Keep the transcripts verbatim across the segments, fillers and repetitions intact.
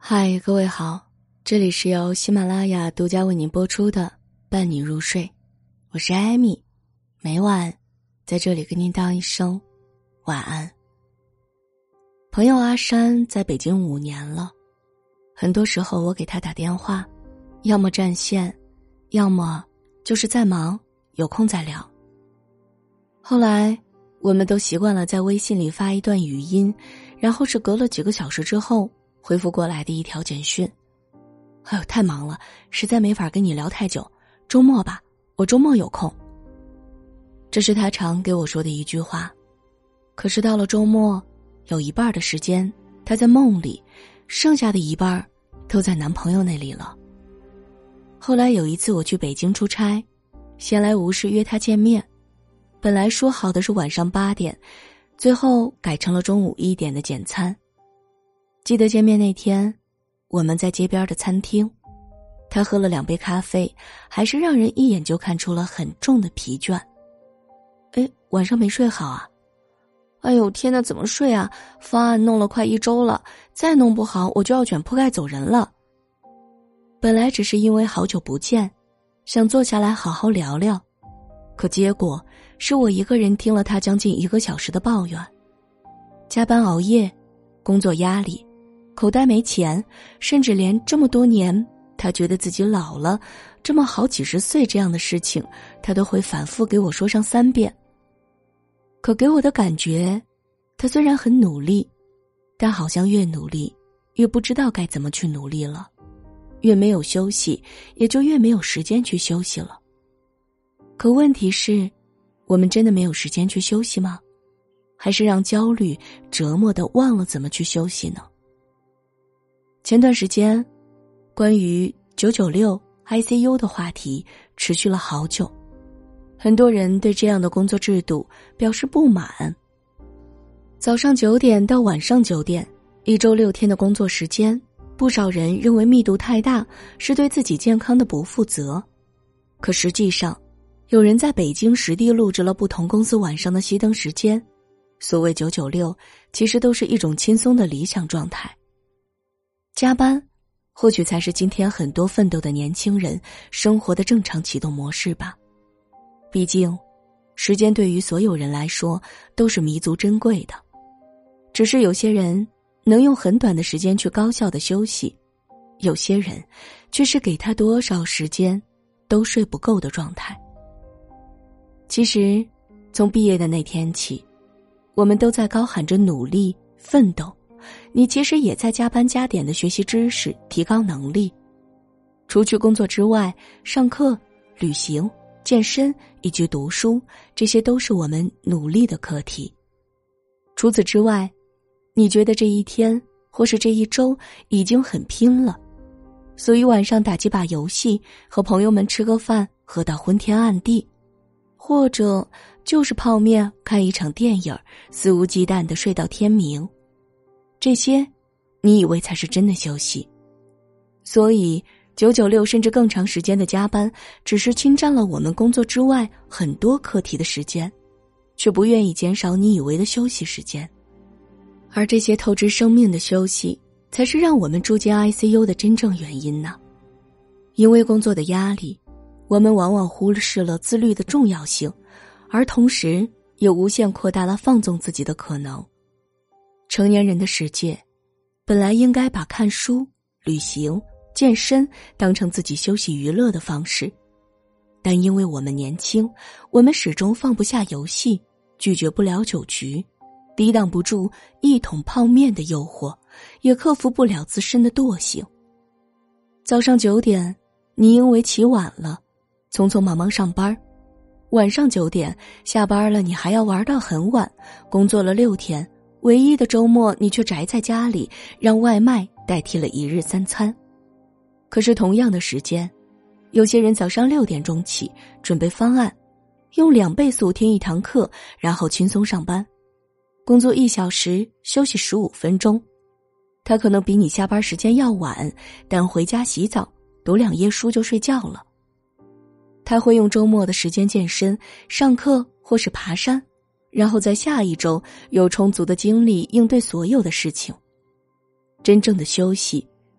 嗨，各位好，这里是由喜马拉雅独家为您播出的伴你入睡，我是艾米，每晚在这里跟您道一声晚安。朋友阿山在北京五年了，很多时候我给他打电话，要么占线，要么就是在忙，有空再聊。后来我们都习惯了在微信里发一段语音，然后是隔了几个小时之后回复过来的一条简讯。哎呦，太忙了，实在没法跟你聊太久，周末吧，我周末有空。这是他常给我说的一句话。可是到了周末，有一半的时间他在梦里，剩下的一半都在男朋友那里了。后来有一次我去北京出差，闲来无事约他见面，本来说好的是晚上八点，最后改成了中午一点的简餐。记得见面那天，我们在街边的餐厅，他喝了两杯咖啡，还是让人一眼就看出了很重的疲倦。哎，晚上没睡好啊？哎呦天哪，怎么睡啊？方案弄了快一周了，再弄不好我就要卷铺盖走人了。本来只是因为好久不见，想坐下来好好聊聊，可结果是我一个人听了他将近一个小时的抱怨。加班熬夜，工作压力，口袋没钱，甚至连这么多年他觉得自己老了，这么好几十岁这样的事情，他都会反复给我说上三遍。可给我的感觉，他虽然很努力，但好像越努力越不知道该怎么去努力了，越没有休息，也就越没有时间去休息了。可问题是，我们真的没有时间去休息吗？还是让焦虑折磨的忘了怎么去休息呢？前段时间，关于九九六 I C U 的话题持续了好久，很多人对这样的工作制度表示不满。早上九点到晚上九点，一周六天的工作时间，不少人认为密度太大，是对自己健康的不负责。可实际上，有人在北京实地录制了不同公司晚上的熄灯时间。所谓九九六，其实都是一种轻松的理想状态。加班或许才是今天很多奋斗的年轻人生活的正常启动模式吧。毕竟时间对于所有人来说都是弥足珍贵的，只是有些人能用很短的时间去高效的休息，有些人却是给他多少时间都睡不够的状态。其实从毕业的那天起，我们都在高喊着努力奋斗，你其实也在加班加点的学习知识，提高能力。除去工作之外，上课、旅行、健身以及读书，这些都是我们努力的课题。除此之外，你觉得这一天或是这一周已经很拼了，所以晚上打几把游戏，和朋友们吃个饭，喝到昏天暗地，或者就是泡面看一场电影，肆无忌惮地睡到天明。这些你以为才是真的休息。所以九九六甚至更长时间的加班，只是侵占了我们工作之外很多课题的时间，却不愿意减少你以为的休息时间。而这些透支生命的休息，才是让我们住进 I C U 的真正原因呢。因为工作的压力，我们往往忽视了自律的重要性，而同时也无限扩大了放纵自己的可能。成年人的世界，本来应该把看书、旅行、健身当成自己休息娱乐的方式，但因为我们年轻，我们始终放不下游戏，拒绝不了酒局，抵挡不住一桶泡面的诱惑，也克服不了自身的惰性。早上九点，你因为起晚了，匆匆忙忙上班，晚上九点下班了，你还要玩到很晚，工作了六天，唯一的周末你却宅在家里，让外卖代替了一日三餐。可是同样的时间，有些人早上六点钟起准备方案，用两倍速听一堂课，然后轻松上班，工作一小时，休息十五分钟。他可能比你下班时间要晚，但回家洗澡，读两页书就睡觉了。他会用周末的时间健身、上课或是爬山，然后在下一周有充足的精力应对所有的事情。真正的休息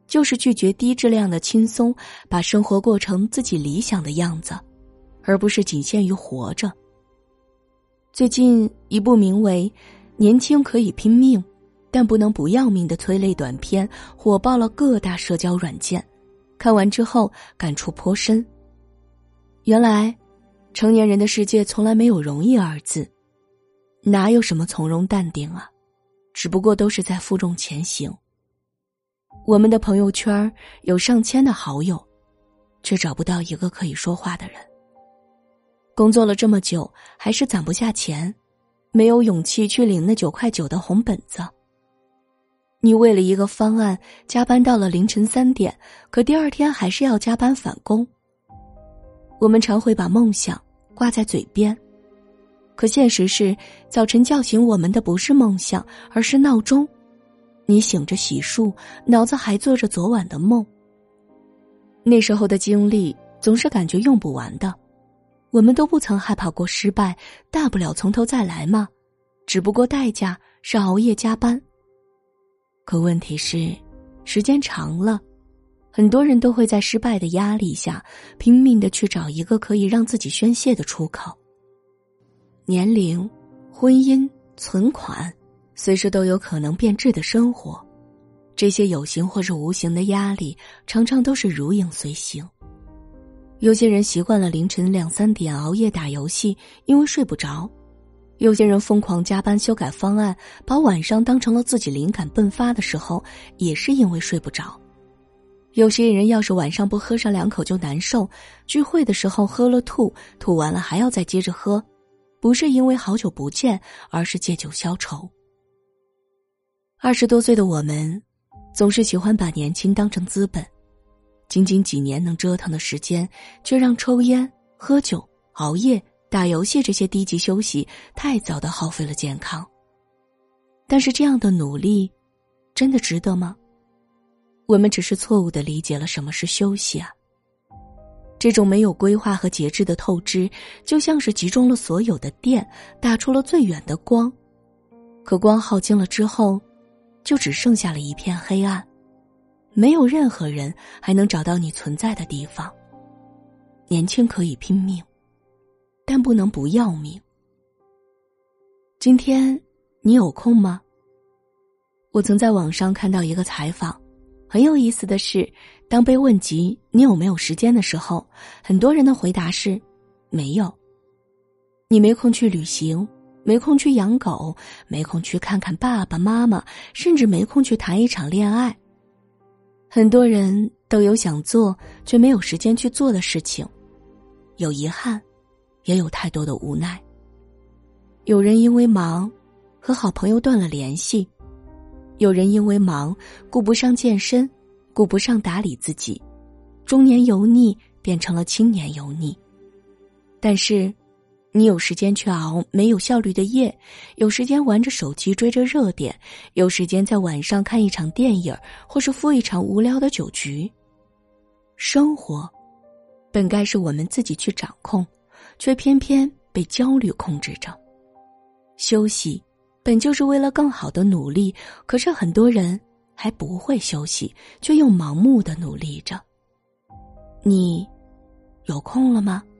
就是拒绝低质量的轻松，把生活过成自己理想的样子，而不是仅限于活着。最近一部名为《年轻可以拼命，但不能不要命》的催泪短片火爆了各大社交软件，看完之后感触颇深。原来成年人的世界从来没有容易二字，哪有什么从容淡定啊，只不过都是在负重前行。我们的朋友圈有上千的好友，却找不到一个可以说话的人。工作了这么久，还是攒不下钱，没有勇气去领那九块九的红本子。你为了一个方案加班到了凌晨三点，可第二天还是要加班返工。我们常会把梦想挂在嘴边，可现实是，早晨叫醒我们的不是梦想，而是闹钟。你醒着洗漱，脑子还做着昨晚的梦。那时候的经历总是感觉用不完的，我们都不曾害怕过失败，大不了从头再来嘛，只不过代价是熬夜加班。可问题是，时间长了，很多人都会在失败的压力下拼命地去找一个可以让自己宣泄的出口。年龄、婚姻、存款，随时都有可能变质的生活，这些有形或是无形的压力常常都是如影随形。有些人习惯了凌晨两三点熬夜打游戏，因为睡不着；有些人疯狂加班修改方案，把晚上当成了自己灵感迸发的时候，也是因为睡不着。有些人要是晚上不喝上两口就难受，聚会的时候喝了吐，吐完了还要再接着喝，不是因为好久不见，而是借酒消愁。二十多岁的我们，总是喜欢把年轻当成资本，仅仅几年能折腾的时间，却让抽烟、喝酒、熬夜、打游戏这些低级休息太早地耗费了健康。但是这样的努力，真的值得吗？我们只是错误地理解了什么是休息啊。这种没有规划和节制的透支，就像是集中了所有的电，打出了最远的光，可光耗尽了之后，就只剩下了一片黑暗，没有任何人还能找到你存在的地方。年轻可以拼命，但不能不要命。今天你有空吗？我曾在网上看到一个采访，很有意思的是，当被问及你有没有时间的时候，很多人的回答是没有。你没空去旅行，没空去养狗，没空去看看爸爸妈妈，甚至没空去谈一场恋爱。很多人都有想做却没有时间去做的事情，有遗憾，也有太多的无奈。有人因为忙和好朋友断了联系，有人因为忙顾不上健身，顾不上打理自己，中年油腻变成了青年油腻。但是你有时间去熬没有效率的夜，有时间玩着手机追着热点，有时间在晚上看一场电影，或是赴一场无聊的酒局。生活本该是我们自己去掌控，却偏偏被焦虑控制着。休息本就是为了更好的努力，可是很多人还不会休息，却又盲目的努力着。你有空了吗？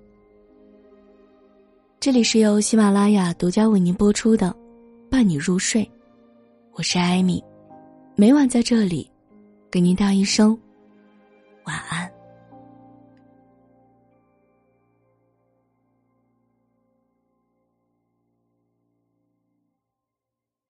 这里是由喜马拉雅独家为您播出的伴你入睡，我是艾米，每晚在这里给您道一声晚安。